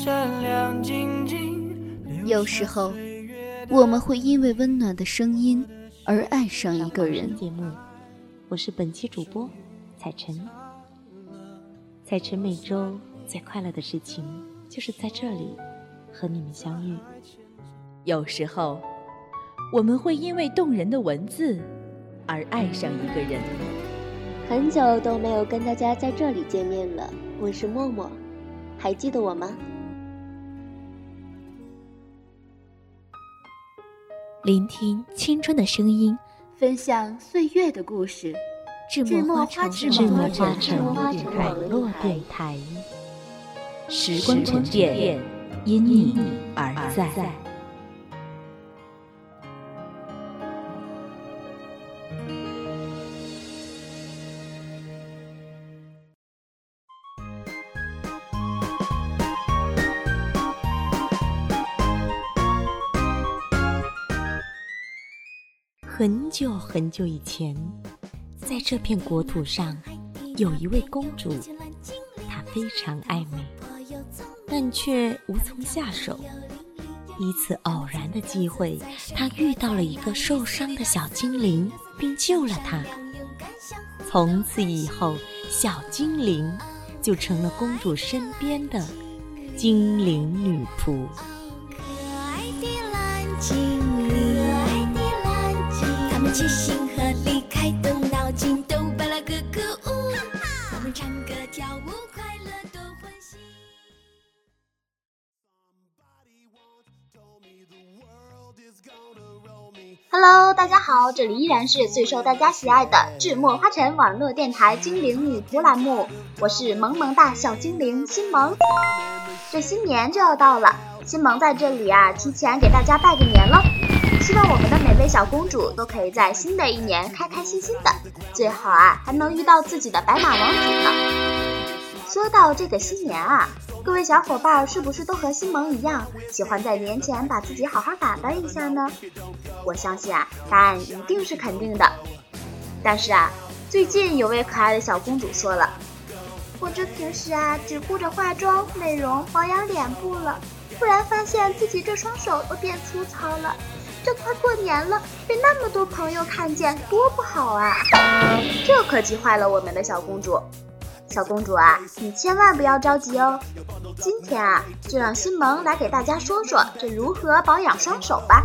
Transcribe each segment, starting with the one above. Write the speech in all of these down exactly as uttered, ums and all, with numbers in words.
闪亮晶晶。 有时候我们会因为温暖的声音而爱上一个人。 节目，我是本期主播彩晨。彩晨每周最快乐的事情就是在这里和你们相遇。 有时候我们会因为动人的文字而爱上一个人。 很久都没有跟大家在这里见面了，我是默默，还记得我吗？ 聆听青春的声音， 分享岁月的故事。 智墨花城智墨花城网络电台，时光沉淀，因你而在。很久很久以前，在这片国土上有一位公主，她非常爱美，但却无从下手。一次偶然的机会，她遇到了一个受伤的小精灵，并救了她。从此以后，小精灵就成了公主身边的精灵女仆。 可爱的蓝精灵，他们齐心合力开动脑筋，都摆了个个舞，我们唱歌跳舞快乐多欢喜。 Hello， 大家好，这里依然是最受大家喜爱的智墨花城网络电台精灵女仆栏目，我是萌萌哒小精灵新萌。这新年就要到了，新萌在这里啊，提前给大家拜个年了。希望我们的每位小公主都可以在新的一年开开心心的，最好啊还能遇到自己的白马王子呢。说到这个新年啊，各位小伙伴是不是都和新萌一样，喜欢在年前把自己好好打扮一下呢？我相信啊，答案一定是肯定的。但是啊，最近有位可爱的小公主说了，我这平时啊只顾着化妆、美容、保养脸部了，突然发现自己这双手都变粗糙了。这快过年了，被那么多朋友看见，多不好啊！这可急坏了我们的小公主。小公主啊，你千万不要着急哦。今天啊，就让新萌来给大家说说这如何保养双手吧。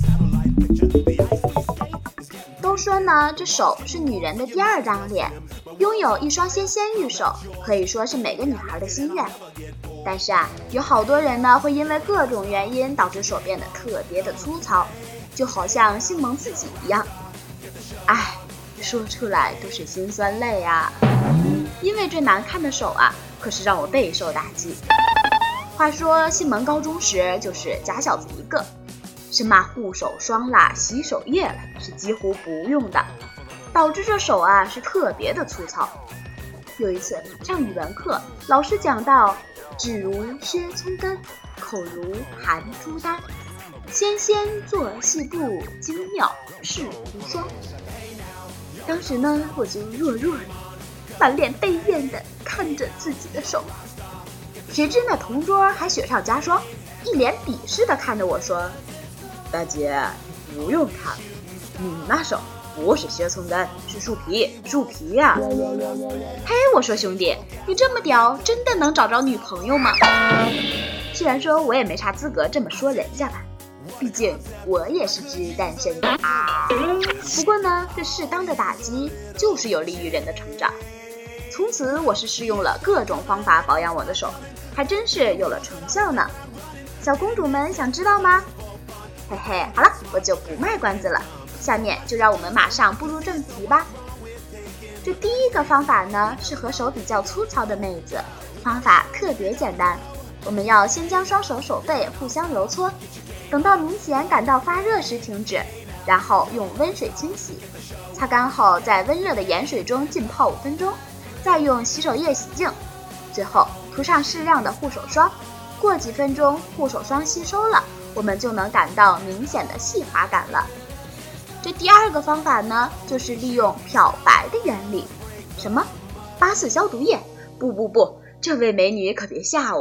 都说呢，这手是女人的第二张脸，拥有一双纤纤玉手，可以说是每个女孩的心愿。但是啊，有好多人呢，会因为各种原因导致手变得特别的粗糙，就好像新萌自己一样。唉，说出来都是心酸泪啊。因为这难看的手啊，可是让我备受打击。话说新萌高中时就是假小子一个，什么护手霜啦、洗手液啦是几乎不用的，导致这手啊是特别的粗糙。有一次上语文课，老师讲到指如削葱根，口如含珠丹，纤纤作细布，精妙是无双。当时呢，我就弱弱的满脸悲怨的看着自己的手，谁知那同桌还雪上加霜，一脸鄙视的看着我说，大姐不用看，你那手不是削葱根，是树皮，树皮呀、啊！嘿，我说兄弟，你这么屌，真的能找着女朋友吗？虽然说我也没啥资格这么说人家吧，毕竟我也是只单身的。不过呢，这适当的打击就是有利于人的成长。从此我是试用了各种方法保养我的手，还真是有了成效呢。小公主们想知道吗？嘿嘿，好了，我就不卖关子了，下面就让我们马上步入正题吧。这第一个方法呢，是和手比较粗糙的妹子，方法特别简单。我们要先将双手手背互相揉搓，等到明显感到发热时停止，然后用温水清洗，擦干后在温热的盐水中浸泡五分钟，再用洗手液洗净，最后涂上适量的护手霜。过几分钟护手霜吸收了，我们就能感到明显的细滑感了。这第二个方法呢，就是利用漂白的原理。什么？八四消毒液？不不不，这位美女可别吓我，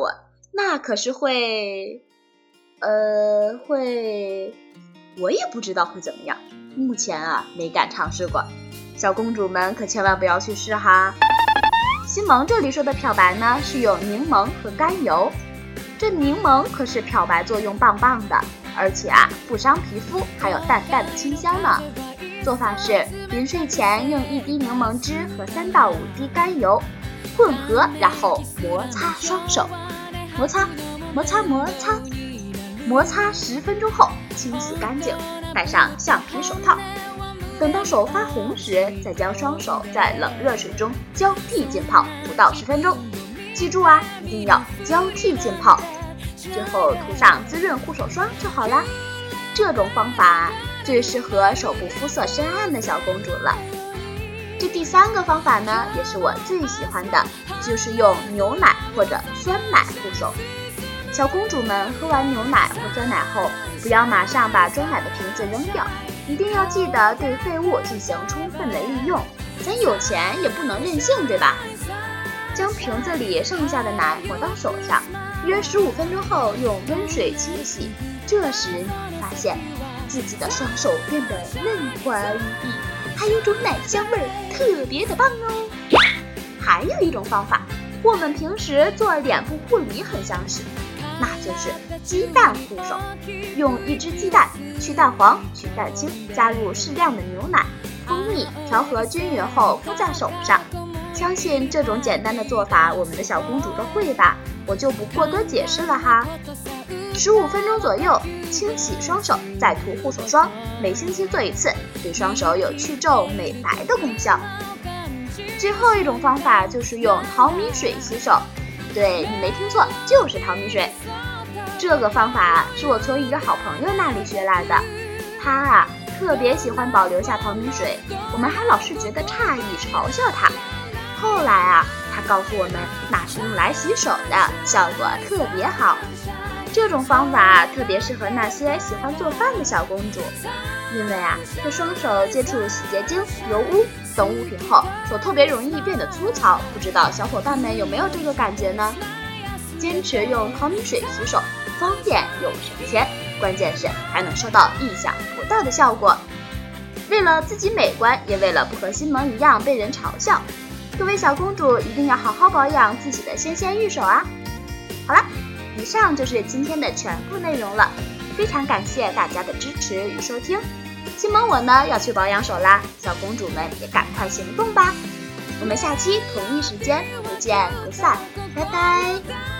那可是会，呃，会，我也不知道会怎么样。目前啊，没敢尝试过。小公主们可千万不要去试哈。西蒙这里说的漂白呢，是用柠檬和甘油。这柠檬可是漂白作用棒棒的，而且啊，不伤皮肤，还有淡淡的清香呢。做法是，临睡前用一滴柠檬汁和三到五滴甘油混合，然后摩擦双手，摩擦，摩擦，摩擦，摩擦十分钟后清洗干净，戴上橡皮手套。等到手发红时，再将双手在冷热水中交替浸泡五到十分钟。记住啊，一定要交替浸泡。最后涂上滋润护手霜就好啦。这种方法最适合手部肤色深暗的小公主了。这第三个方法呢，也是我最喜欢的，就是用牛奶或者酸奶护手。小公主们喝完牛奶或酸奶后，不要马上把装奶的瓶子扔掉，一定要记得对废物进行充分的利用。咱有钱也不能任性，对吧？将瓶子里剩下的奶抹到手上，约十五分钟后用温水清洗。这时你会发现自己的双手变得嫩滑无比，还有种奶香味儿，特别的棒哦。还有一种方法，和我们平时做脸部护理很相似，那就是鸡蛋护手。用一只鸡蛋，去蛋黄，去蛋清，加入适量的牛奶、蜂蜜，调和均匀后敷在手上。相信这种简单的做法，我们的小公主都会吧，我就不过多解释了哈。十五分钟左右清洗双手，再涂护手霜，每星期做一次，对双手有去皱美白的功效。最后一种方法就是用淘米水洗手，对，你没听错，就是淘米水。这个方法是我从一个好朋友那里学来的，他啊特别喜欢保留下淘米水，我们还老是觉得诧异，嘲笑他。后来啊，他告诉我们那是用来洗手的，效果特别好。这种方法特别适合那些喜欢做饭的小公主，因为啊，这双手接触洗洁精、油污等物品后，手特别容易变得粗糙，不知道小伙伴们有没有这个感觉呢？坚持用淘米水洗手，方便又省钱，关键是还能收到意想不到的效果。为了自己美观，也为了不和西蒙一样被人嘲笑，各位小公主一定要好好保养自己的纤纤玉手啊！好了，以上就是今天的全部内容了，非常感谢大家的支持与收听。西蒙我呢要去保养手啦，小公主们也赶快行动吧！我们下期同一时间不见不散，拜拜。